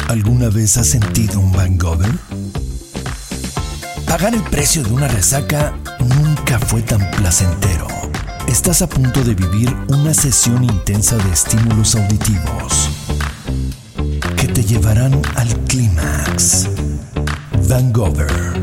¿Alguna vez has sentido un hangover? Pagar el precio de una resaca nunca fue tan placentero. Estás a punto de vivir una sesión intensa de estímulos auditivos que te llevarán al clímax. Hangover.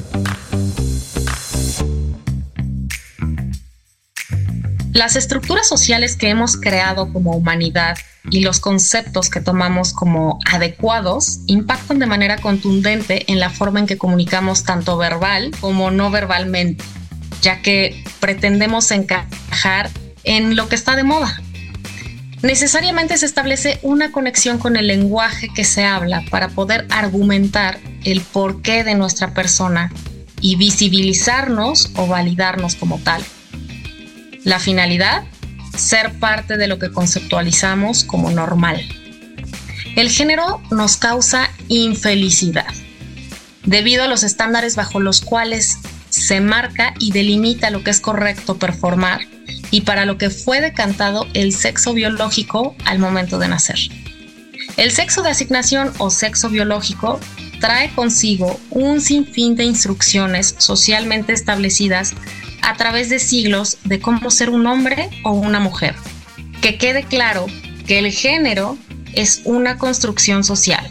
Las estructuras sociales que hemos creado como humanidad y los conceptos que tomamos como adecuados impactan de manera contundente en la forma en que comunicamos tanto verbal como no verbalmente, ya que pretendemos encajar en lo que está de moda. Necesariamente se establece una conexión con el lenguaje que se habla para poder argumentar el porqué de nuestra persona y visibilizarnos o validarnos como tal. La finalidad, ser parte de lo que conceptualizamos como normal. El género nos causa infelicidad, debido a los estándares bajo los cuales se marca y delimita lo que es correcto performar y para lo que fue decantado el sexo biológico al momento de nacer. El sexo de asignación o sexo biológico trae consigo un sinfín de instrucciones socialmente establecidas a través de siglos de cómo ser un hombre o una mujer. Que quede claro que el género es una construcción social.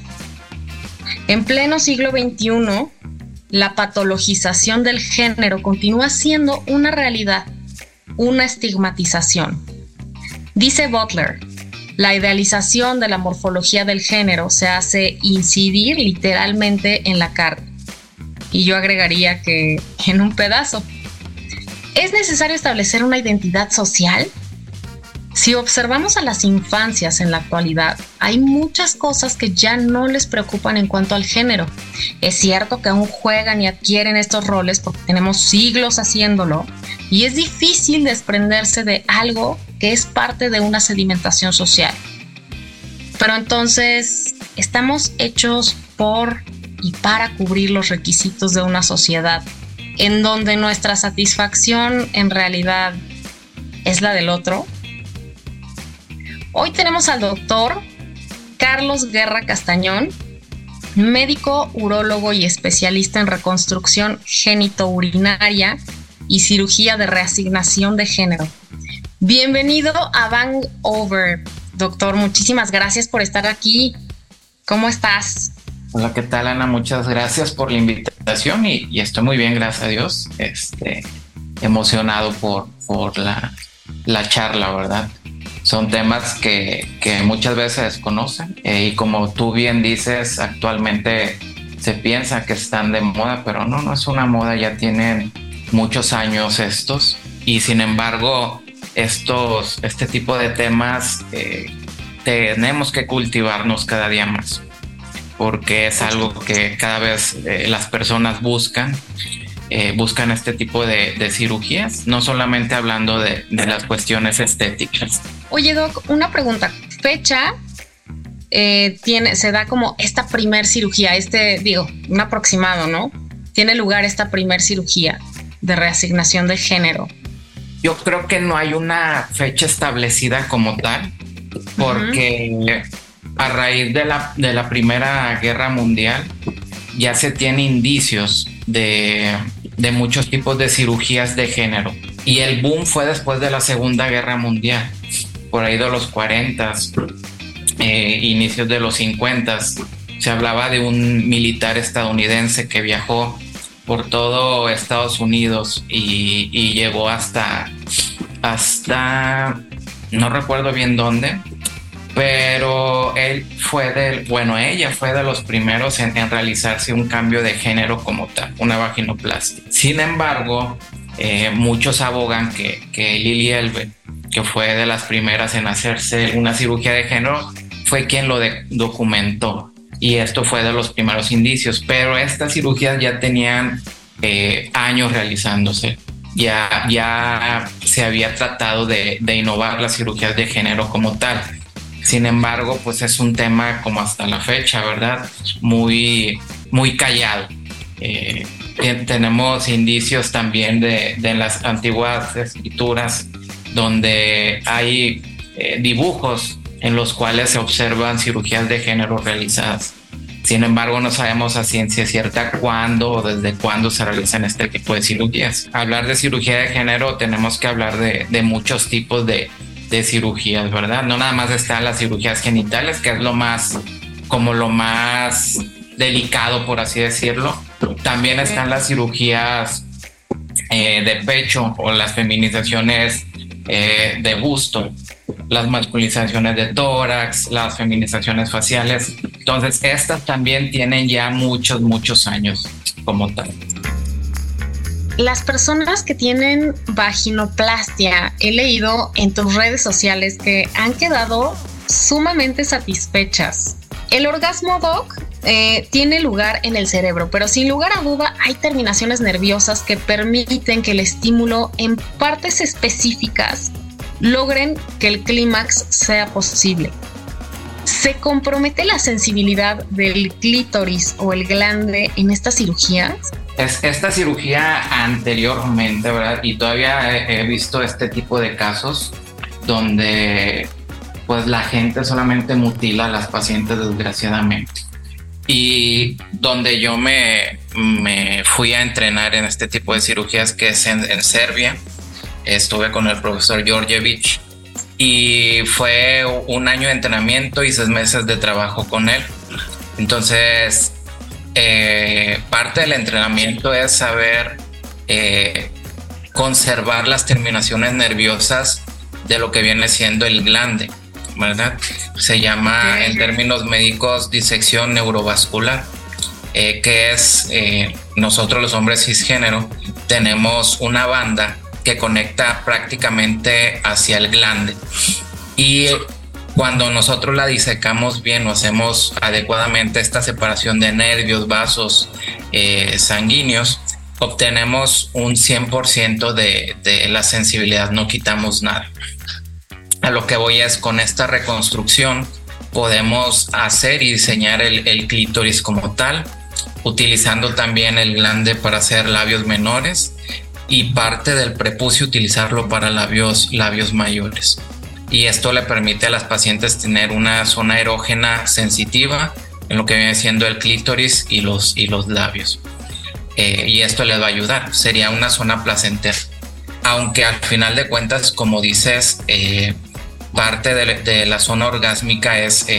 En pleno siglo XXI, la patologización del género continúa siendo una realidad, una estigmatización. Dice Butler, la idealización de la morfología del género se hace incidir literalmente en la carne. Y yo agregaría que en un pedazo. ¿Es necesario establecer una identidad social? Si observamos a las infancias en la actualidad, hay muchas cosas que ya no les preocupan en cuanto al género. Es cierto que aún juegan y adquieren estos roles porque tenemos siglos haciéndolo y es difícil desprenderse de algo que es parte de una sedimentación social. Pero entonces, ¿estamos hechos por y para cubrir los requisitos de una sociedad en donde nuestra satisfacción en realidad es la del otro? Hoy tenemos al doctor Carlos Guerra Castañón, médico, urólogo y especialista en reconstrucción genitourinaria y cirugía de reasignación de género. Bienvenido a Hangover, doctor. Muchísimas gracias por estar aquí. ¿Cómo estás? Hola, ¿qué tal, Ana? Muchas gracias por la invitación y estoy muy bien, gracias a Dios. Emocionado por la charla, ¿verdad? Son temas que muchas veces se desconocen y como tú bien dices, actualmente se piensa que están de moda, pero no es una moda, ya tienen muchos años estos y sin embargo este tipo de temas tenemos que cultivarnos cada día más, porque es algo que cada vez las personas buscan este tipo de cirugías, no solamente hablando de las cuestiones estéticas. Oye, Doc, una pregunta. ¿Fecha se da como esta primer cirugía, un aproximado, ¿no? ¿Tiene lugar esta primer cirugía de reasignación de género? Yo creo que no hay una fecha establecida como tal, porque a raíz de la Primera Guerra Mundial ya se tiene indicios de muchos tipos de cirugías de género. Y el boom fue después de la Segunda Guerra Mundial, por ahí de los 40, inicios de los 50. Se hablaba de un militar estadounidense que viajó por todo Estados Unidos y llegó hasta no recuerdo bien dónde, pero ella fue de los primeros en realizarse un cambio de género como tal, una vaginoplastia. Sin embargo, muchos abogan que Lily Elbe, que fue de las primeras en hacerse una cirugía de género, fue quien lo documentó. Y esto fue de los primeros indicios, pero estas cirugías ya tenían años realizándose. Ya se había tratado de innovar las cirugías de género como tal. Sin embargo, pues es un tema como hasta la fecha, ¿verdad? Muy, muy callado. Tenemos indicios también de las antiguas escrituras donde hay dibujos en los cuales se observan cirugías de género realizadas. Sin embargo, no sabemos a ciencia cierta cuándo o desde cuándo se realizan este tipo de cirugías. Hablar de cirugía de género, tenemos que hablar de muchos tipos de cirugías, ¿verdad? No nada más están las cirugías genitales, que es lo más delicado, por así decirlo. También están las cirugías de pecho o las feminizaciones de busto, las masculinizaciones de tórax, las feminizaciones faciales. Entonces, estas también tienen ya muchos años como tal. Las personas que tienen vaginoplastia, he leído en tus redes sociales que han quedado sumamente satisfechas. El orgasmo, Doc, tiene lugar en el cerebro, pero sin lugar a duda hay terminaciones nerviosas que permiten que el estímulo en partes específicas logren que el clímax sea posible. ¿Se compromete la sensibilidad del clítoris o el glande en estas cirugías? Esta cirugía anteriormente, ¿verdad? Y todavía he visto este tipo de casos donde pues la gente solamente mutila a las pacientes, desgraciadamente. Y donde yo me fui a entrenar en este tipo de cirugías, que es en Serbia, estuve con el profesor Georgievich y fue un año de entrenamiento y 6 meses de trabajo con él. Entonces, parte del entrenamiento es saber conservar las terminaciones nerviosas de lo que viene siendo el glande, ¿verdad? Se llama en términos médicos disección neurovascular, que es nosotros los hombres cisgénero tenemos una banda que conecta prácticamente hacia el glande, y cuando nosotros la disecamos bien o hacemos adecuadamente esta separación de nervios, vasos sanguíneos, obtenemos un 100% de la sensibilidad, no quitamos nada. A lo que voy es, con esta reconstrucción podemos hacer y diseñar el clítoris como tal, utilizando también el glande para hacer labios menores y parte del prepucio utilizarlo para labios mayores. Y esto le permite a las pacientes tener una zona erógena sensitiva en lo que viene siendo el clítoris y los labios. Y esto les va a ayudar, sería una zona placentera. Aunque al final de cuentas, como dices, parte de la zona orgásmica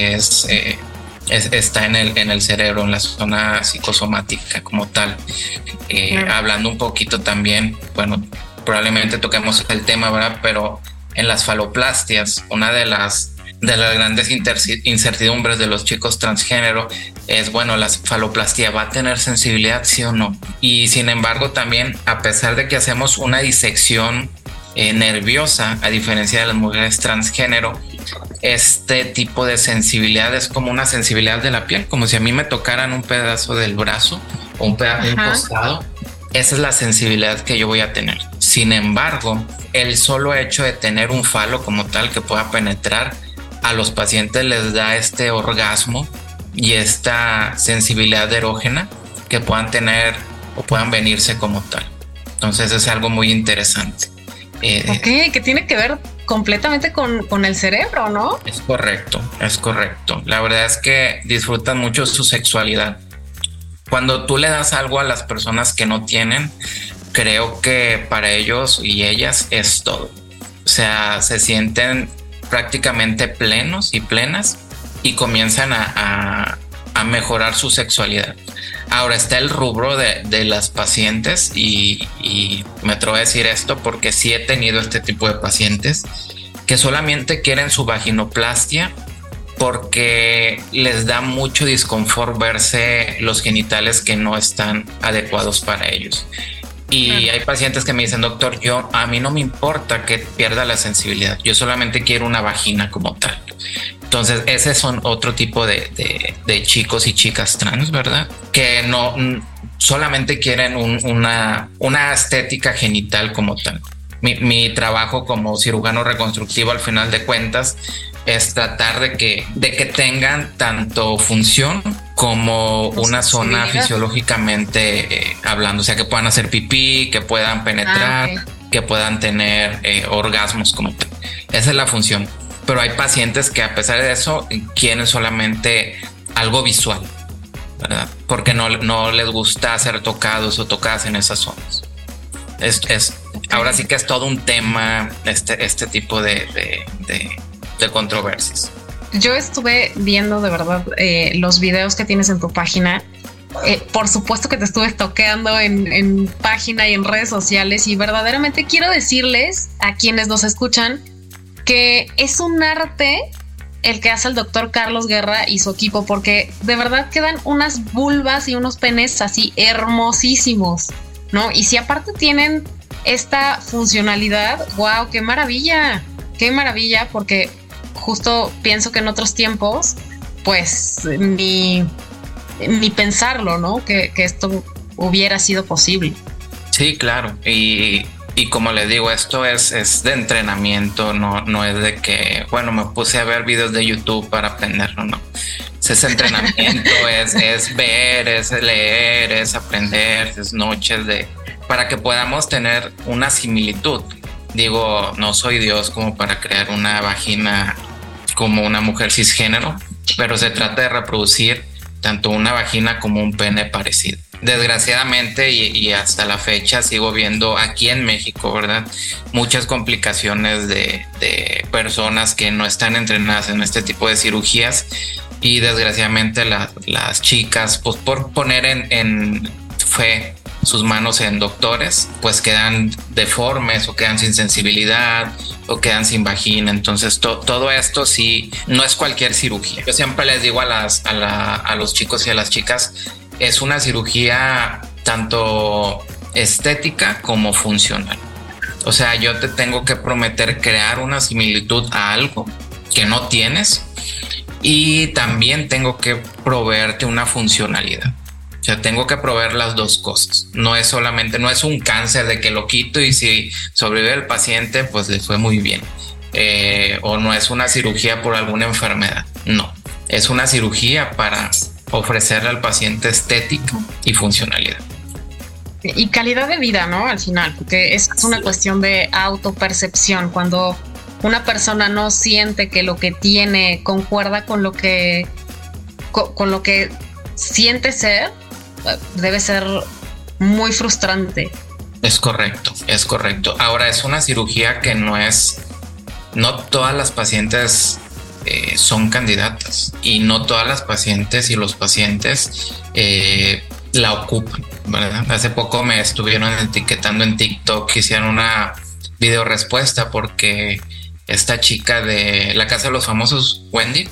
está en el cerebro, en la zona psicosomática como tal. Hablando un poquito también, bueno, probablemente toquemos el tema, ¿verdad? Pero en las faloplastias, una de las grandes incertidumbres de los chicos transgénero es, bueno, ¿la faloplastia va a tener sensibilidad, sí o no? Y sin embargo también, a pesar de que hacemos una disección nerviosa, a diferencia de las mujeres transgénero, este tipo de sensibilidad es como una sensibilidad de la piel, como si a mí me tocaran un pedazo del brazo o un pedazo de un costado. Esa es la sensibilidad que yo voy a tener. Sin embargo, el solo hecho de tener un falo como tal que pueda penetrar, a los pacientes les da este orgasmo y esta sensibilidad erógena que puedan tener o puedan venirse como tal. Entonces es algo muy interesante. Que tiene que ver completamente con el cerebro, ¿no? Es correcto. La verdad es que disfrutan mucho su sexualidad. Cuando tú le das algo a las personas que no tienen, creo que para ellos y ellas es todo. O sea, se sienten prácticamente plenos y plenas y comienzan a mejorar su sexualidad. Ahora está el rubro de las pacientes y me atrevo a decir esto porque sí he tenido este tipo de pacientes que solamente quieren su vaginoplastia porque les da mucho disconfort verse los genitales que no están adecuados para ellos. Y hay pacientes que me dicen, doctor, a mí no me importa que pierda la sensibilidad, yo solamente quiero una vagina como tal. Entonces, esos son otro tipo de chicos y chicas trans, ¿verdad? Que no solamente quieren una estética genital como tal. Mi trabajo como cirujano reconstructivo, al final de cuentas, es tratar de que tengan tanto función como una zona fisiológicamente hablando, o sea, que puedan hacer pipí, que puedan penetrar, que puedan tener orgasmos como tal. Esa es la función. Pero hay pacientes que a pesar de eso quieren solamente algo visual, ¿verdad? Porque no les gusta ser tocados o tocadas en esas zonas. Ahora sí que es todo un tema este tipo de controversias. Yo estuve viendo de verdad los videos que tienes en tu página. Por supuesto que te estuve toqueando en página y en redes sociales, y verdaderamente quiero decirles a quienes nos escuchan que es un arte el que hace el doctor Carlos Guerra y su equipo, porque de verdad quedan unas vulvas y unos penes así hermosísimos, ¿no? Y si aparte tienen esta funcionalidad, wow, qué maravilla, porque justo pienso que en otros tiempos, pues ni pensarlo, ¿no? Que esto hubiera sido posible. Sí, claro. Y como les digo, esto es de entrenamiento, no es de que, bueno, me puse a ver videos de YouTube para aprenderlo, no. Es entrenamiento, es ver, es leer, es aprender, es noches para que podamos tener una similitud. Digo, no soy Dios como para crear una vagina como una mujer cisgénero, pero se trata de reproducir tanto una vagina como un pene parecido. Desgraciadamente y hasta la fecha sigo viendo aquí en México, ¿verdad?, muchas complicaciones de personas que no están entrenadas en este tipo de cirugías, y desgraciadamente las chicas, pues por poner en fe sus manos en doctores, pues quedan deformes o quedan sin sensibilidad o quedan sin vagina. Entonces todo esto sí no es cualquier cirugía. Yo siempre les digo a los chicos y a las chicas, es una cirugía tanto estética como funcional. O sea, yo te tengo que prometer crear una similitud a algo que no tienes, y también tengo que proveerte una funcionalidad. O sea, tengo que proveer las dos cosas. No es un cáncer de que lo quito y si sobrevive el paciente, pues le fue muy bien. O no es una cirugía por alguna enfermedad. No, es una cirugía para ofrecerle al paciente estética y funcionalidad. Y calidad de vida, ¿no? Al final, porque es una cuestión de autopercepción. Cuando una persona no siente que lo que tiene concuerda con lo que siente ser, debe ser muy frustrante. Es correcto. Ahora, es una cirugía que no todas las pacientes son candidatas, y no todas las pacientes y los pacientes la ocupan, ¿verdad? Hace poco me estuvieron etiquetando en TikTok, hicieron una video respuesta porque esta chica de La Casa de los Famosos, Wendy,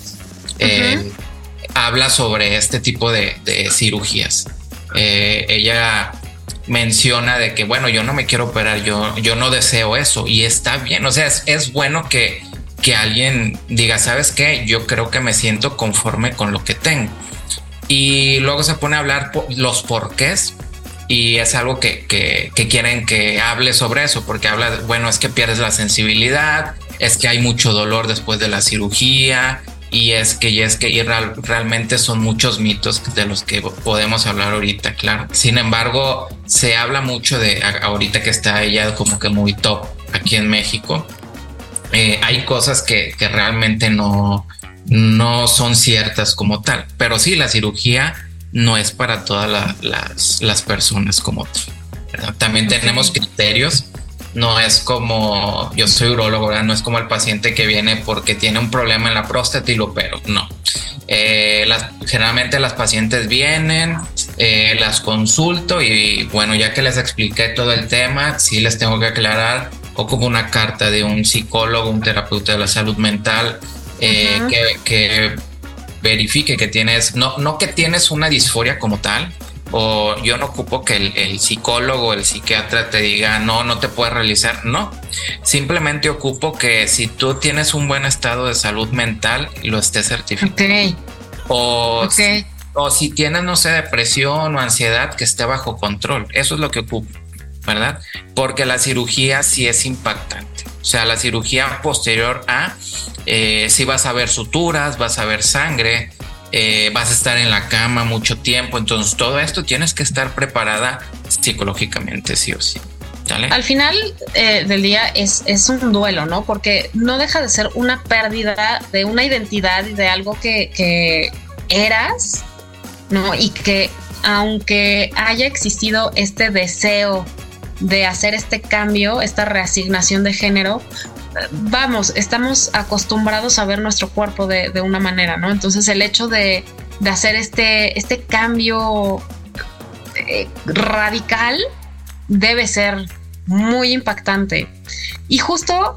habla sobre este tipo de cirugías. Ella menciona de que, bueno, yo no me quiero operar, yo no deseo eso, y está bien. O sea, es bueno que alguien diga, ¿sabes qué? Yo creo que me siento conforme con lo que tengo. Y luego se pone a hablar los porqués, y es algo que quieren que hable sobre eso, porque habla, bueno, es que pierdes la sensibilidad, es que hay mucho dolor después de la cirugía, y realmente son muchos mitos de los que podemos hablar ahorita, claro. Sin embargo, se habla mucho de ahorita que está ella como que muy top aquí en México. Hay cosas que realmente no son ciertas como tal, pero sí, la cirugía no es para todas las personas como tal, ¿verdad? También tenemos criterios. No es como, yo soy urólogo, ¿verdad? No es como el paciente que viene porque tiene un problema en la próstata y lo opero, no. Generalmente las pacientes vienen, las consulto, y bueno, ya que les expliqué todo el tema, sí les tengo que aclarar, ocupo una carta de un psicólogo, un terapeuta de la salud mental, que verifique que tienes, no que tienes una disforia como tal, o yo no ocupo que el psicólogo o el psiquiatra te diga no te puedes realizar, no, simplemente ocupo que si tú tienes un buen estado de salud mental, lo estés certificando. O si tienes, no sé, depresión o ansiedad, que esté bajo control. Eso es lo que ocupo, ¿verdad? Porque la cirugía sí es impactante. O sea, la cirugía posterior a sí vas a ver suturas, vas a ver sangre, vas a estar en la cama mucho tiempo. Entonces todo esto tienes que estar preparada psicológicamente, sí o sí. ¿Sale? Al final del día es un duelo, ¿no? Porque no deja de ser una pérdida de una identidad y de algo que eras, ¿no? Y que aunque haya existido este deseo de hacer este cambio, esta reasignación de género, vamos, estamos acostumbrados a ver nuestro cuerpo de una manera, ¿no? Entonces el hecho de hacer este cambio radical debe ser muy impactante. Y justo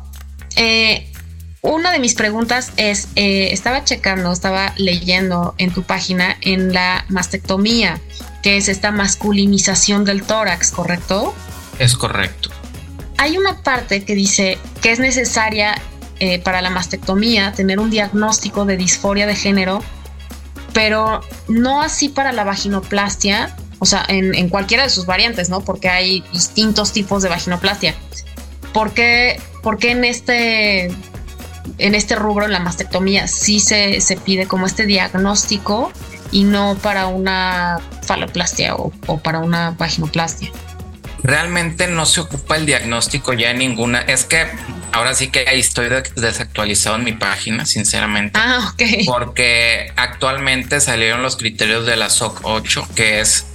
una de mis preguntas es, estaba leyendo en tu página en la mastectomía, que es esta masculinización del tórax, ¿correcto? Es correcto. Hay una parte que dice que es necesaria para la mastectomía tener un diagnóstico de disforia de género, pero no así para la vaginoplastia, o sea, en cualquiera de sus variantes, ¿no? Porque hay distintos tipos de vaginoplastia. ¿Por qué en este rubro, en la mastectomía, sí se pide como este diagnóstico y no para una faloplastia o para una vaginoplastia? Realmente no se ocupa el diagnóstico ya en ninguna. Es que ahora sí que ahí estoy desactualizado en mi página, sinceramente. Ah, ok. Porque actualmente salieron los criterios de la SOC 8, que es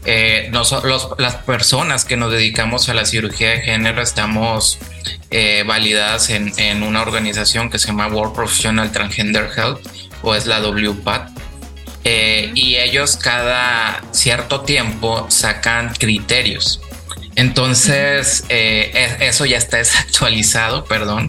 las personas que nos dedicamos a la cirugía de género estamos validadas en una organización que se llama World Professional Transgender Health, o es la WPAT. Y ellos cada cierto tiempo sacan criterios. Entonces, eso ya está desactualizado, perdón.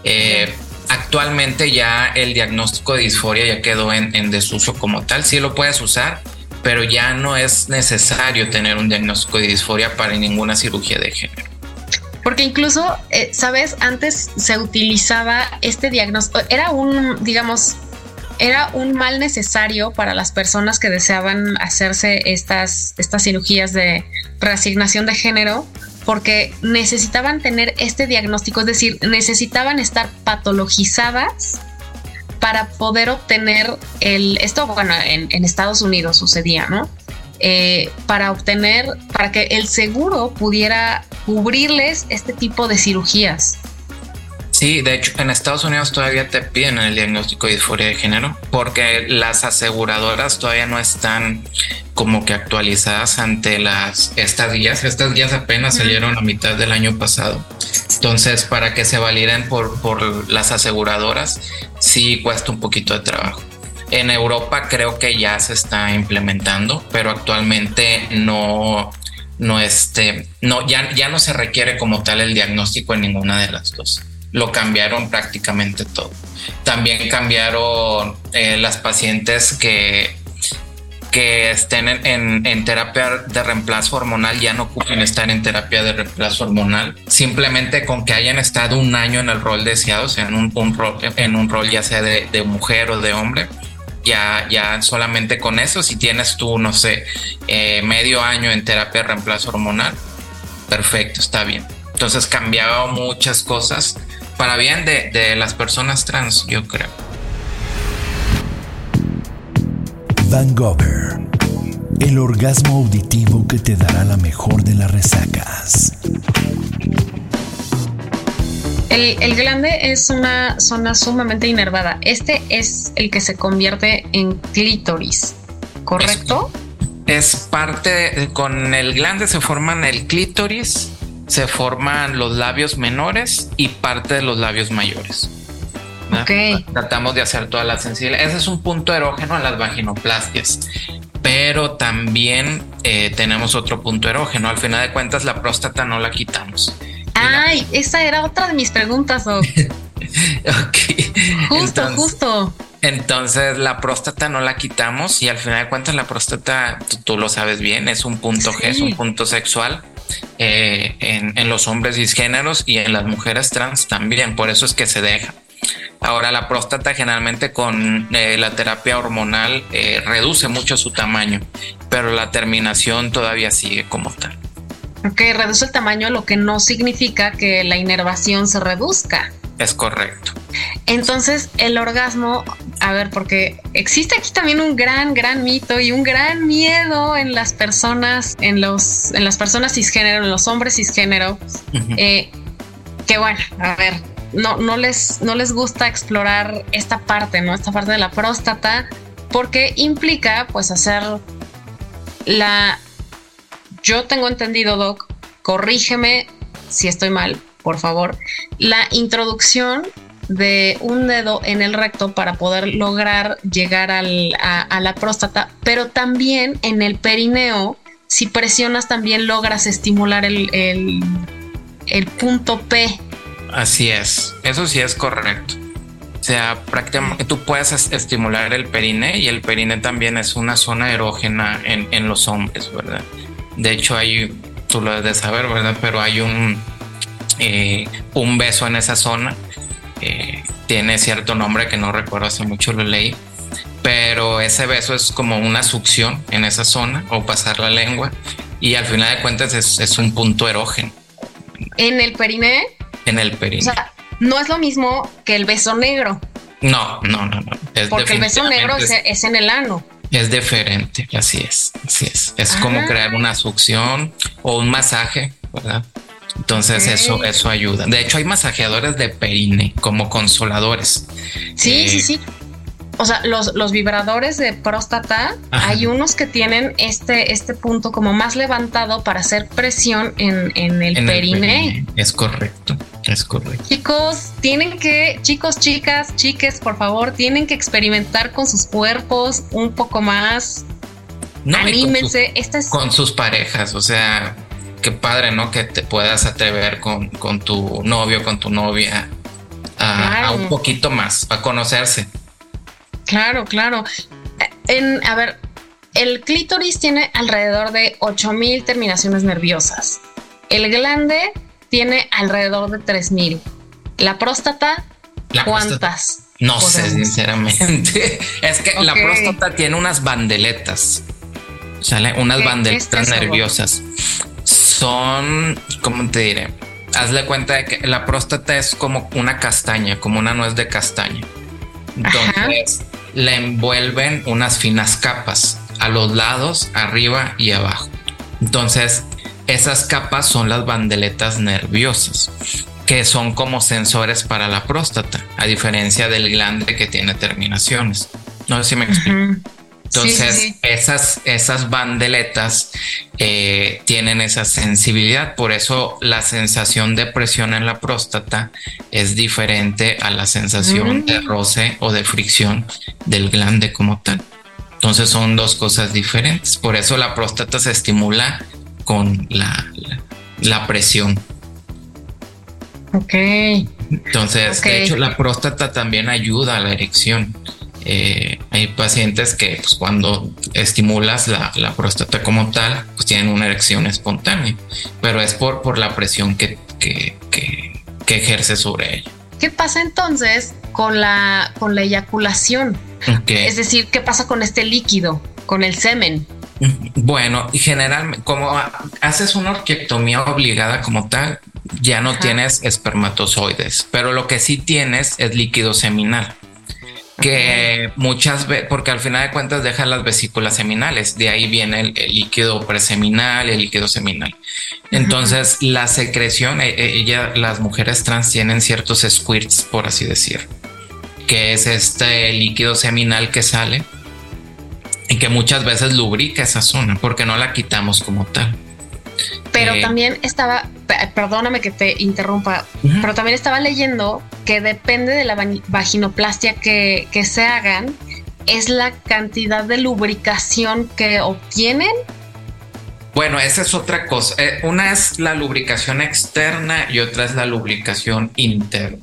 Actualmente ya el diagnóstico de disforia ya quedó en desuso como tal. Sí lo puedes usar, pero ya no es necesario tener un diagnóstico de disforia para ninguna cirugía de género. Porque incluso, ¿sabes? Antes se utilizaba este diagnóstico. Era un mal necesario para las personas que deseaban hacerse estas cirugías de reasignación de género, porque necesitaban tener este diagnóstico, es decir, necesitaban estar patologizadas para poder obtener esto, bueno, en Estados Unidos sucedía, ¿no? Para que el seguro pudiera cubrirles este tipo de cirugías. Sí, de hecho, en Estados Unidos todavía te piden el diagnóstico de disforia de género porque las aseguradoras todavía no están como que actualizadas ante estas guías. Estas guías apenas salieron a mitad del año pasado. Entonces, para que se validen por las aseguradoras, sí cuesta un poquito de trabajo. En Europa creo que ya se está implementando, pero actualmente ya no se requiere como tal el diagnóstico en ninguna de las dos. Lo cambiaron prácticamente todo. También cambiaron las pacientes que estén en terapia de reemplazo hormonal, ya no ocupan estar en terapia de reemplazo hormonal. Simplemente con que hayan estado un año en el rol deseado, o sea, en un rol ya sea de mujer o de hombre, ya solamente con eso, si tienes tú, no sé, medio año en terapia de reemplazo hormonal, perfecto, está bien. Entonces cambiaba muchas cosas para bien de las personas trans, yo creo. Van Gogher, el orgasmo auditivo que te dará la mejor de las resacas. El glande es una zona sumamente inervada. Este es el que se convierte en clítoris, ¿correcto? Es parte con el glande se forman el clítoris, se forman los labios menores y parte de los labios mayores. ¿no? Okay. Tratamos de hacer toda la sensibilidad. Ese es un punto erógeno en las vaginoplastias. Pero también tenemos otro punto erógeno. Al final de cuentas, la próstata no la quitamos. Ay, esa era otra de mis preguntas, Doc. Okay. Justo. Entonces, la próstata no la quitamos y al final de cuentas, la próstata, tú lo sabes bien, es un punto G, es un punto sexual en los hombres cisgéneros y en las mujeres trans también. Por eso es que se deja. Ahora, la próstata generalmente con la terapia hormonal reduce mucho su tamaño, pero la terminación todavía sigue como tal. Ok, reduce el tamaño, lo que no significa que la inervación se reduzca. Es correcto. Entonces, el orgasmo a ver, porque existe aquí también un gran mito y un gran miedo en las personas, en las personas cisgénero, en los hombres cisgénero, que bueno, a ver, no les gusta explorar esta parte, ¿no? Esta parte de la próstata, porque implica pues hacer yo tengo entendido, Doc, corrígeme si estoy mal, por favor, la introducción de un dedo en el recto para poder lograr llegar a la próstata, pero también en el perineo, si presionas también logras estimular el punto P. Así es, eso sí es correcto. O sea, prácticamente tú puedes estimular el perine, y el perine también es una zona erógena en los hombres, ¿verdad? De hecho, tú lo debes de saber, ¿verdad? Pero hay un beso en esa zona. Tiene cierto nombre que no recuerdo, hace mucho lo leí, pero ese beso es como una succión en esa zona o pasar la lengua, y al final de cuentas es un punto erógeno. ¿En el periné? En el periné. O sea, no es lo mismo que el beso negro. No. Porque el beso negro es en el ano. Es diferente, así es. Es como crear una succión o un masaje, ¿verdad? Entonces eso ayuda. De hecho, hay masajeadores de perine como consoladores. Sí. O sea, los vibradores de próstata, hay unos que tienen este punto como más levantado para hacer presión en el perine. Es correcto. Chicos, chicas, chiques, por favor, tienen que experimentar con sus cuerpos un poco más. Anímense. Con sus parejas, o sea, qué padre, ¿no? Que te puedas atrever con tu novio, con tu novia a un poquito más, a conocerse. Claro. A ver, el clítoris tiene alrededor de 8,000 terminaciones nerviosas. El glande tiene alrededor de 3,000. ¿La próstata? ¿Cuántas? No sé, sinceramente. Es que la próstata tiene unas bandeletas. ¿Sale? Unas bandeletas nerviosas. Son, ¿cómo te diré? Hazle cuenta de que la próstata es como una castaña, como una nuez de castaña. Entonces le envuelven unas finas capas a los lados, arriba y abajo. Entonces esas capas son las bandeletas nerviosas, que son como sensores para la próstata, a diferencia del glande que tiene terminaciones. No sé si me explico. Entonces, sí. Esas bandeletas tienen esa sensibilidad. Por eso la sensación de presión en la próstata es diferente a la sensación de roce o de fricción del glande como tal. Entonces son dos cosas diferentes. Por eso la próstata se estimula con la presión. Ok. Entonces, de hecho, la próstata también ayuda a la erección. Hay pacientes que pues, cuando estimulas la próstata como tal, pues tienen una erección espontánea, pero es por la presión que ejerce sobre ella. ¿Qué pasa entonces con la eyaculación? Es decir, ¿qué pasa con este líquido, con el semen? Bueno, generalmente, como haces una orquiectomía obligada como tal, ya no tienes espermatozoides, pero lo que sí tienes es líquido seminal. Que muchas veces, porque al final de cuentas deja las vesículas seminales, de ahí viene el líquido preseminal y el líquido seminal. Entonces, la secreción, las mujeres trans tienen ciertos squirts, por así decir, que es este líquido seminal que sale y que muchas veces lubrica esa zona porque no la quitamos como tal. Pero también perdóname que te interrumpa, pero también estaba leyendo que depende de la vaginoplastia que se hagan, es la cantidad de lubricación que obtienen. Bueno, esa es otra cosa. Una es la lubricación externa y otra es la lubricación interna.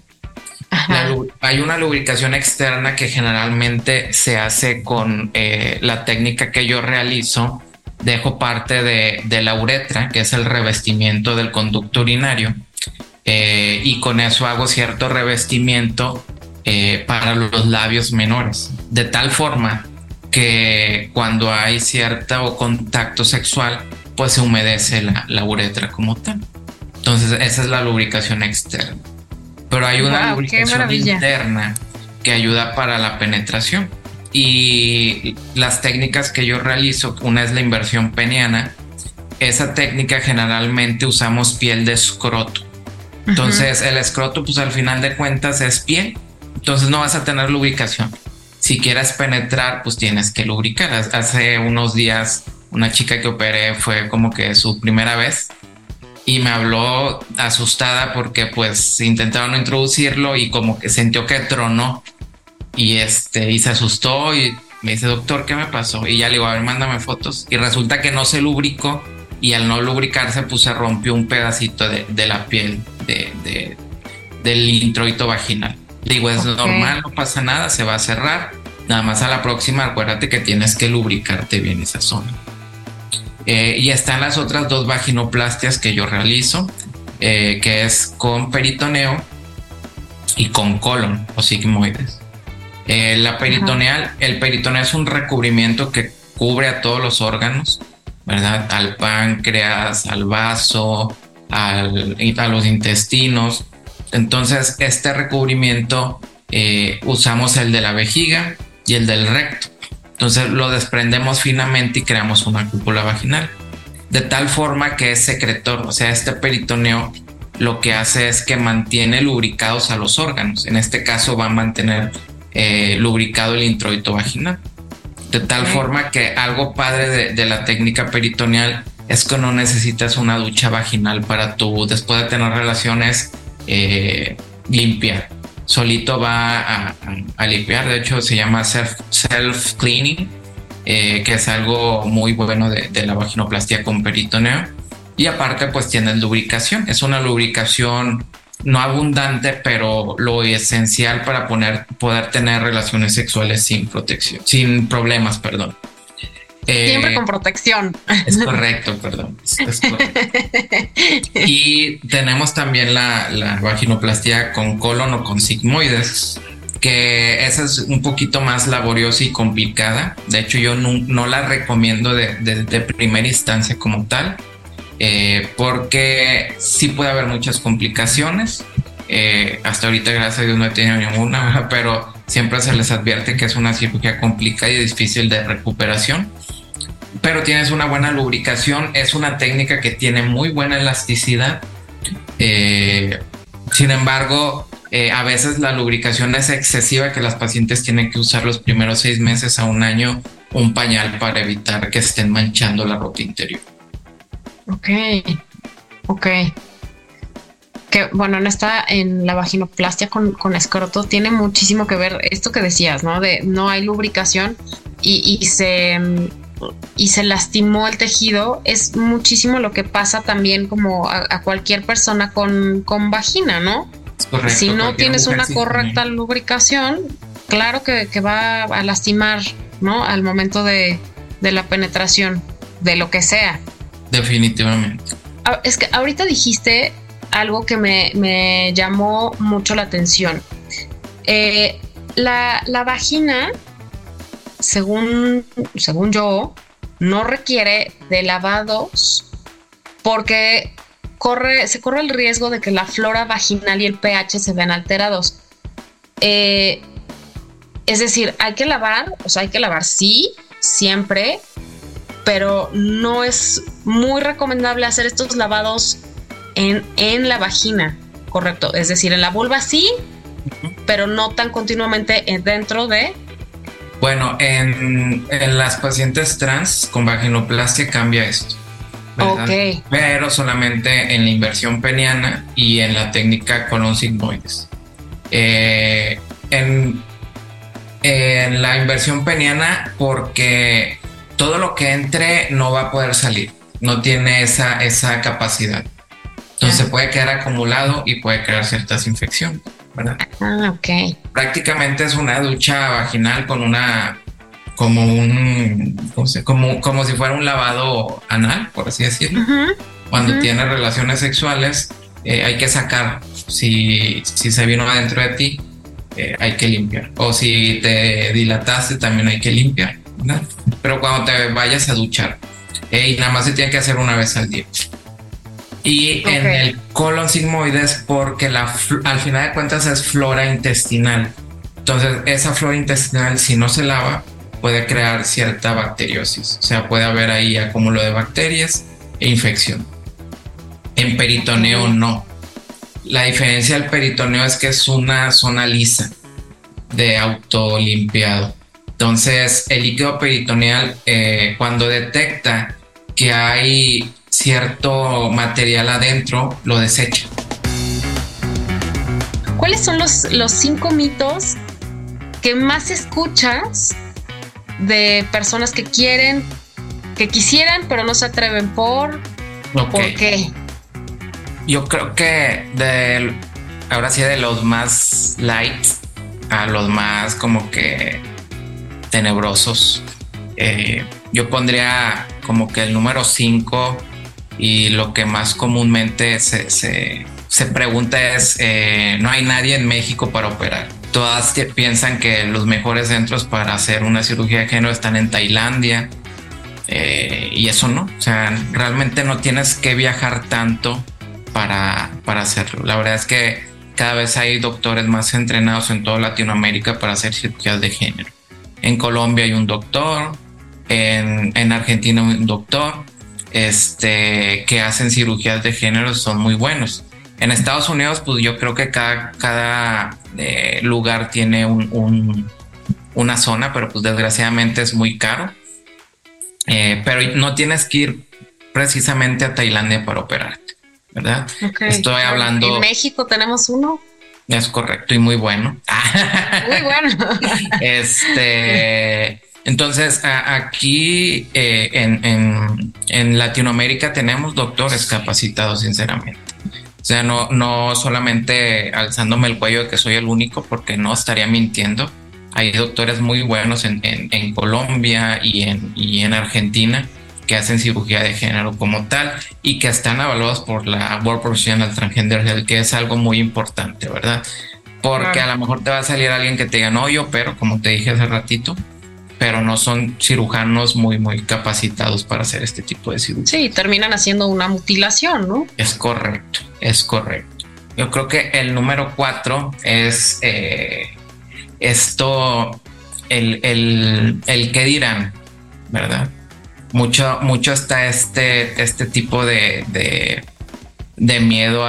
Hay una lubricación externa que generalmente se hace con la técnica que yo realizo. Dejo parte de la uretra, que es el revestimiento del conducto urinario, y con eso hago cierto revestimiento para los labios menores, de tal forma que cuando hay cierto contacto sexual, pues se humedece la uretra como tal. Entonces esa es la lubricación externa. Pero hay una lubricación interna que ayuda para la penetración. Y las técnicas que yo realizo, una es la inversión peniana. Esa técnica generalmente usamos piel de escroto. Entonces el escroto, pues al final de cuentas es piel, entonces no vas a tener lubricación. Si quieres penetrar, pues tienes que lubricar. Hace unos días una chica que operé fue como que su primera vez y me habló asustada porque pues intentaron introducirlo y como que sintió que tronó y se asustó y me dice, doctor, ¿qué me pasó? Y ya le digo, a ver, mándame fotos. Y resulta que no se lubricó y al no lubricarse pues se rompió un pedacito de la piel del introito vaginal. Digo, es normal, no pasa nada, se va a cerrar. Nada más a la próxima acuérdate que tienes que lubricarte bien esa zona. Y están las otras 2 vaginoplastias que yo realizo, que es con peritoneo y con colon o sigmoides. La peritoneal, el peritoneo es un recubrimiento que cubre a todos los órganos, ¿verdad? Al páncreas, al vaso, a los intestinos. Entonces, este recubrimiento usamos el de la vejiga y el del recto. Entonces lo desprendemos finamente y creamos una cúpula vaginal. De tal forma que es secretor, o sea, este peritoneo lo que hace es que mantiene lubricados a los órganos. En este caso va a mantener lubricado el introito vaginal. De tal forma que algo padre de la técnica peritoneal es que no necesitas una ducha vaginal para tú, después de tener relaciones, limpiar. Solito va a limpiar. De hecho se llama self-cleaning, que es algo muy bueno de la vaginoplastia con peritoneo. Y aparte pues tienes lubricación. Es una lubricación no abundante, pero lo esencial para poder tener relaciones sexuales sin protección, sin problemas, perdón. Siempre con protección. Es correcto, perdón. Es correcto. Y tenemos también la vaginoplastia con colon o con sigmoides, que esa es un poquito más laboriosa y complicada. De hecho, yo no la recomiendo de primera instancia como tal, porque sí puede haber muchas complicaciones. Hasta ahorita, gracias a Dios, no he tenido ninguna, pero siempre se les advierte que es una cirugía complicada y difícil de recuperación. Pero tienes una buena lubricación, es una técnica que tiene muy buena elasticidad. Sin embargo, a veces la lubricación es excesiva, que las pacientes tienen que usar los primeros 6 meses a 1 año un pañal para evitar que estén manchando la ropa interior. Ok. Que bueno, en la vaginoplastia con escroto tiene muchísimo que ver esto que decías, ¿no? De no hay lubricación y se lastimó el tejido. Es muchísimo lo que pasa también como a cualquier persona con vagina, ¿no? Es correcto, si no tienes una correcta lubricación, claro que va a lastimar, ¿no? Al momento de la penetración, de lo que sea. Definitivamente. Es que ahorita dijiste algo que me llamó mucho la atención. La vagina, según yo, no requiere de lavados porque se corre el riesgo de que la flora vaginal y el pH se vean alterados. Es decir, hay que lavar sí, siempre, pero no es muy recomendable hacer estos lavados en la vagina, correcto. Es decir, en la vulva sí, pero no tan continuamente dentro de... Bueno, en las pacientes trans con vaginoplastia cambia esto, ¿verdad? Okay. Pero solamente en la inversión peniana y en la técnica colon sigmoides. En la inversión peniana, porque todo lo que entre no va a poder salir, no tiene esa capacidad. Entonces puede quedar acumulado y puede crear ciertas infecciones, ¿verdad? Ok. Prácticamente es una ducha vaginal como si fuera un lavado anal, por así decirlo. Cuando tienes relaciones sexuales, hay que sacar. Si se vino adentro de ti, hay que limpiar. O si te dilataste, también hay que limpiar, ¿verdad? Pero cuando te vayas a duchar, y nada más se tiene que hacer una vez al día. Y en el colon sigmoides, porque al final de cuentas es flora intestinal. Entonces, esa flora intestinal, si no se lava, puede crear cierta bacteriosis. O sea, puede haber ahí acúmulo de bacterias e infección. En peritoneo no. La diferencia del peritoneo es que es una zona lisa de autolimpiado. Entonces, el líquido peritoneal, cuando detecta que hay cierto material adentro, lo desecha. ¿Cuáles son los 5 mitos que más escuchas de personas que quisieran, pero no se atreven por qué? Yo creo que ahora sí, de los más light a los más como que tenebrosos, yo pondría como que el número 5, y lo que más comúnmente se pregunta es, no hay nadie en México para operar. Todas piensan que los mejores centros para hacer una cirugía de género están en Tailandia, y eso no. O sea, realmente no tienes que viajar tanto para hacerlo. La verdad es que cada vez hay doctores más entrenados en toda Latinoamérica para hacer cirugías de género. En Colombia hay un doctor, en Argentina un doctor, que hacen cirugías de género, son muy buenos. En Estados Unidos, pues yo creo que cada lugar tiene una zona, pero pues desgraciadamente es muy caro. Pero no tienes que ir precisamente a Tailandia para operarte, ¿verdad? Okay. Estoy hablando... En México tenemos uno. Es correcto, y muy bueno. Muy bueno. Entonces, aquí en Latinoamérica tenemos doctores capacitados, sinceramente. O sea, no solamente alzándome el cuello de que soy el único, porque no estaría mintiendo. Hay doctores muy buenos en Colombia y en Argentina que hacen cirugía de género como tal y que están avalados por la World Professional Transgender Health, que es algo muy importante, ¿verdad? Porque claro, a lo mejor te va a salir alguien que te diga, no, yo opero, como te dije hace ratito, pero no son cirujanos muy, muy capacitados para hacer este tipo de cirugía. Sí, terminan haciendo una mutilación, ¿no? Es correcto, es correcto. Yo creo que el número 4 es el qué dirán, ¿verdad? Mucho está este tipo de miedo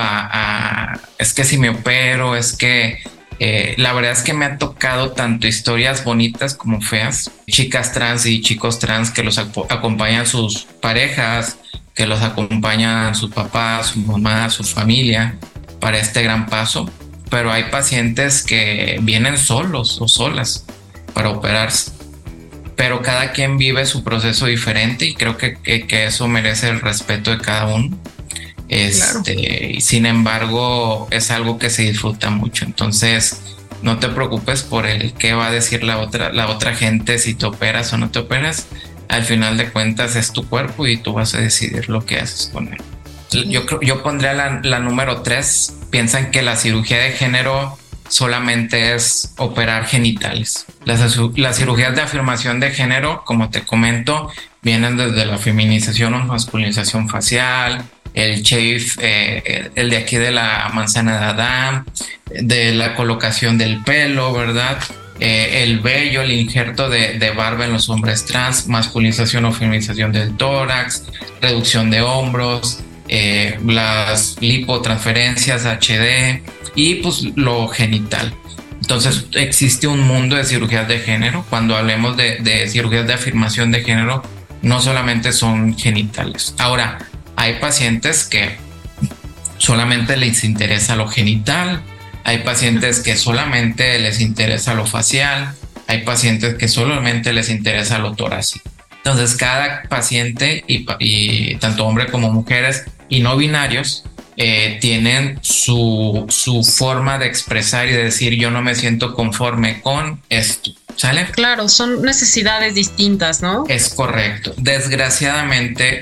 a es que si me opero, es que la verdad es que me ha tocado tanto historias bonitas como feas, chicas trans y chicos trans que los acompañan sus parejas, que los acompañan sus papás, su mamá, su familia para este gran paso, pero hay pacientes que vienen solos o solas para operarse. Pero cada quien vive su proceso diferente y creo que eso merece el respeto de cada uno. Claro. Y sin embargo, es algo que se disfruta mucho. Entonces, no te preocupes por el qué va a decir la otra gente si te operas o no te operas. Al final de cuentas, es tu cuerpo y tú vas a decidir lo que haces con él. Yo pondría la número 3. Piensan que la cirugía de género solamente es operar genitales. Las cirugías de afirmación de género, como te comento, vienen desde la feminización o masculinización facial, el shave, el de aquí de la manzana de Adán, de la colocación del pelo, ¿verdad? El vello, el injerto de barba en los hombres trans, masculinización o feminización del tórax, reducción de hombros, las lipotransferencias HD y pues lo genital. Entonces existe un mundo de cirugías de género. Cuando hablemos de cirugías de afirmación de género, no solamente son genitales. Ahora, hay pacientes que solamente les interesa lo genital, hay pacientes que solamente les interesa lo facial, hay pacientes que solamente les interesa lo torácico. Entonces cada paciente y tanto hombres como mujeres y no binarios tienen su forma de expresar y de decir yo no me siento conforme con esto, ¿sale? Claro, son necesidades distintas, ¿no? Es correcto. Desgraciadamente,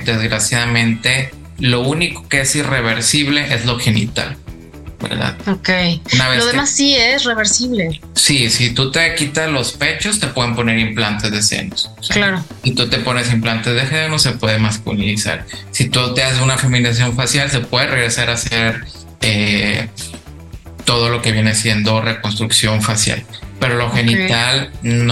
lo único que es irreversible es lo genital, ¿verdad? Ok. Lo demás sí es reversible. Sí, si tú te quitas los pechos, te pueden poner implantes de senos. O sea, claro. Si tú te pones implantes de género, se puede masculinizar. Si tú te haces una feminización facial, se puede regresar a hacer todo lo que viene siendo reconstrucción facial. pero lo genital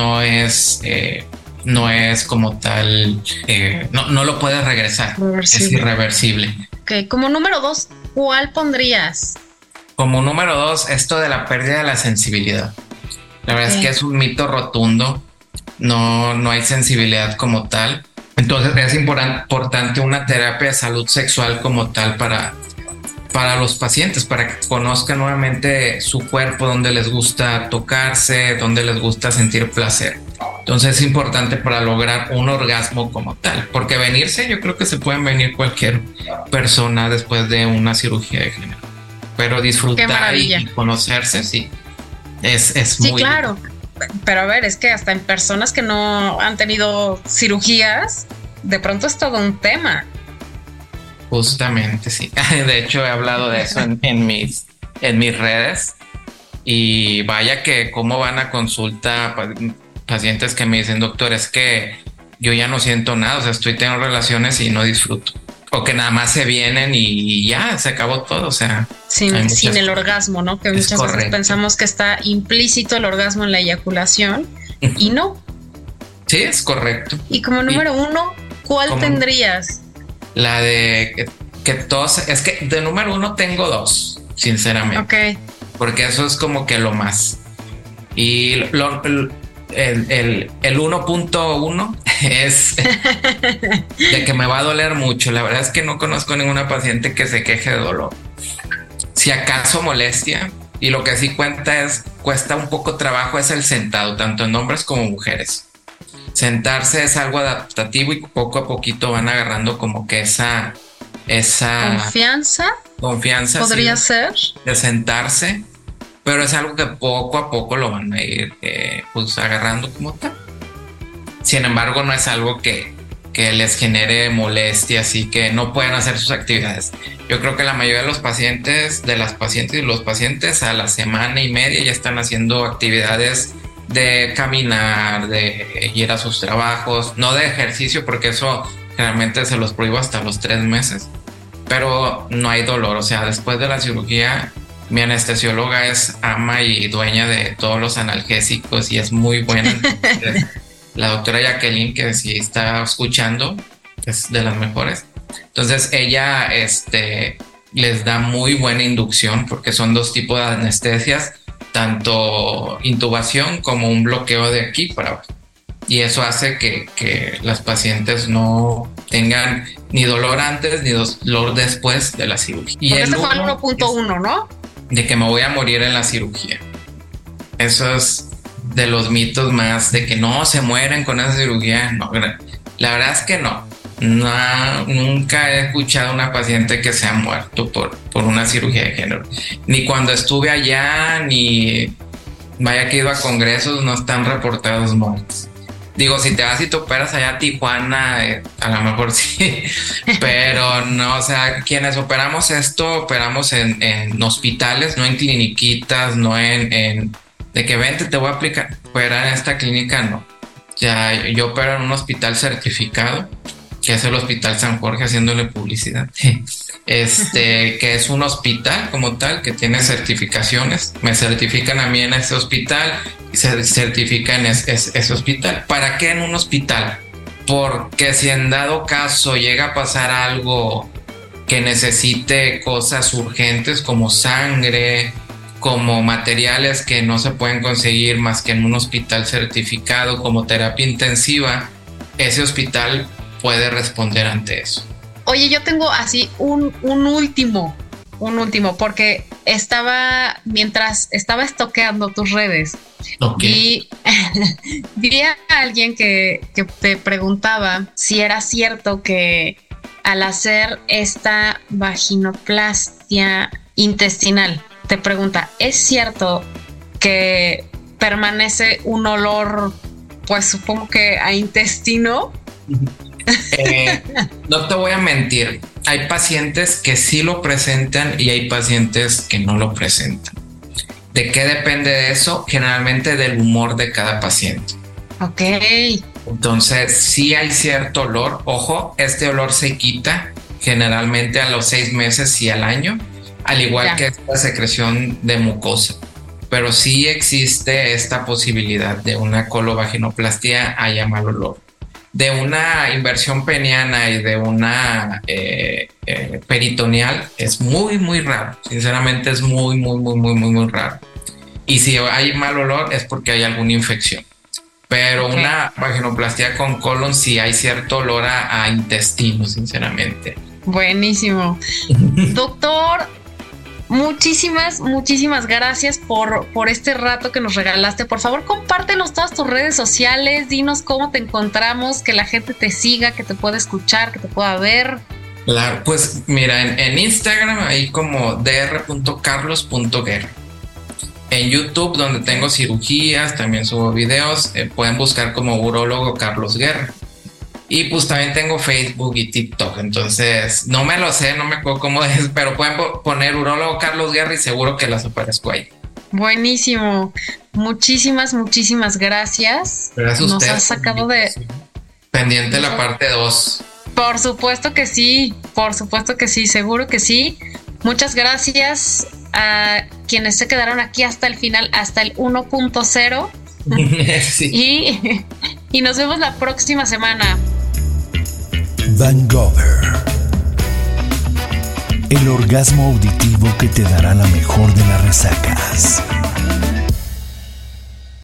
no es como tal, no lo puedes regresar, es irreversible. Ok, como número 2, ¿cuál pondrías? Como número 2, esto de la pérdida de la sensibilidad. La verdad es que es un mito rotundo, no hay sensibilidad como tal. Entonces es importante una terapia de salud sexual como tal para los pacientes, para que conozcan nuevamente su cuerpo, donde les gusta tocarse, donde les gusta sentir placer. Entonces es importante para lograr un orgasmo como tal, porque venirse, yo creo que se pueden venir cualquier persona después de una cirugía de género, pero disfrutar y conocerse, sí, es sí, muy... claro. Pero a ver, es que hasta en personas que no han tenido cirugías, de pronto es todo un tema. Justamente, sí. De hecho, he hablado de eso en mis redes, y vaya que cómo van a consulta pacientes que me dicen, doctor, es que yo ya no siento nada, o sea, estoy teniendo relaciones y no disfruto. O que nada más se vienen y ya, se acabó todo, o sea... Sin el orgasmo, ¿no? Que muchas veces pensamos que está implícito el orgasmo en la eyaculación y no. Sí, es correcto. Y como número 1, ¿cuál tendrías? La de que todos... Es que de número 1 tengo 2, sinceramente. Ok. Porque eso es como que lo más. Y el 1.1 es de que me va a doler mucho. La verdad es que no conozco ninguna paciente que se queje de dolor. Si acaso molestia, y lo que sí cuesta un poco trabajo, es el sentado, tanto en hombres como mujeres. Sentarse es algo adaptativo y poco a poquito van agarrando como que esa confianza podría ser de sentarse, pero es algo que poco a poco lo van a ir pues agarrando como tal. Sin embargo, no es algo que les genere molestia, así que no pueden hacer sus actividades. Yo creo que la mayoría de las pacientes y los pacientes a la semana y media ya están haciendo actividades de caminar, de ir a sus trabajos, no de ejercicio, porque eso generalmente se los prohíbo hasta los 3 meses, pero no hay dolor. O sea, después de la cirugía, mi anestesióloga es ama y dueña de todos los analgésicos y es muy buena. La doctora Jacqueline, que si está escuchando, es de las mejores. Entonces ella les da muy buena inducción, porque son 2 tipos de anestesias, tanto intubación como un bloqueo de aquí para abajo. Y eso hace que las pacientes no tengan ni dolor antes ni dolor después de la cirugía. Y ese fue el 1.1, ¿no? De que me voy a morir en la cirugía. Eso es de los mitos más, de que no se mueren con esa cirugía. No, la verdad es que no. Nunca he escuchado a una paciente que se ha muerto por una cirugía de género. Ni cuando estuve allá, ni vaya que he ido a congresos, no están reportados muertos. Digo, si te vas y te operas allá a Tijuana, a lo mejor sí, pero no, o sea, quienes operamos esto, operamos en hospitales, no en cliniquitas, no en de que vente, te voy a operar en esta clínica, no. Ya, yo opero en un hospital certificado, que es el Hospital San Jorge, haciéndole publicidad, que es un hospital como tal, que tiene certificaciones. Me certifican a mí en ese hospital y se certifica en ese hospital. ¿Para qué en un hospital? Porque si en dado caso llega a pasar algo que necesite cosas urgentes como sangre, como materiales que no se pueden conseguir más que en un hospital certificado, como terapia intensiva, ese hospital puede responder ante eso. Oye, yo tengo así un último, porque mientras estaba estoqueando tus redes, okay, y vi a alguien que te preguntaba si era cierto que al hacer esta vaginoplastia intestinal, te pregunta, ¿es cierto que permanece un olor, pues supongo que a intestino? No te voy a mentir, hay pacientes que sí lo presentan y hay pacientes que no lo presentan. ¿De qué depende de eso? Generalmente del humor de cada paciente. Ok. Entonces sí hay cierto olor. Ojo, este olor se quita generalmente a los 6 meses y al año, al igual que esta secreción de mucosa. pero sí existe esta posibilidad de una colovaginoplastia haya mal olor. De una inversión peniana y de una peritoneal es muy, muy raro. Sinceramente es muy, muy, muy, muy, muy, muy raro. Y si hay mal olor es porque hay alguna infección. Pero una vaginoplastia con colon sí hay cierto olor a intestino, sinceramente. Buenísimo. Doctor, muchísimas gracias por este rato que nos regalaste. Por favor, compártenos todas tus redes sociales, dinos cómo te encontramos, que la gente te siga, que te pueda escuchar, que te pueda ver. Claro, pues mira, en Instagram ahí como dr.carlos.guerra. En YouTube, donde tengo cirugías, también subo videos, pueden buscar como urólogo Carlos Guerra. Y pues también tengo Facebook y TikTok, entonces no me lo sé, no me acuerdo cómo es, pero pueden poner urólogo Carlos Guerra y seguro que las aparezco ahí. Buenísimo, muchísimas gracias. Gracias a Nos usted. has sacado de... Pendiente la parte 2. Por supuesto que sí, seguro que sí. Muchas gracias a quienes se quedaron aquí hasta el final, hasta el 1.0. Sí. Y nos vemos la próxima semana. Van Gover. El orgasmo auditivo que te dará la mejor de la resaca.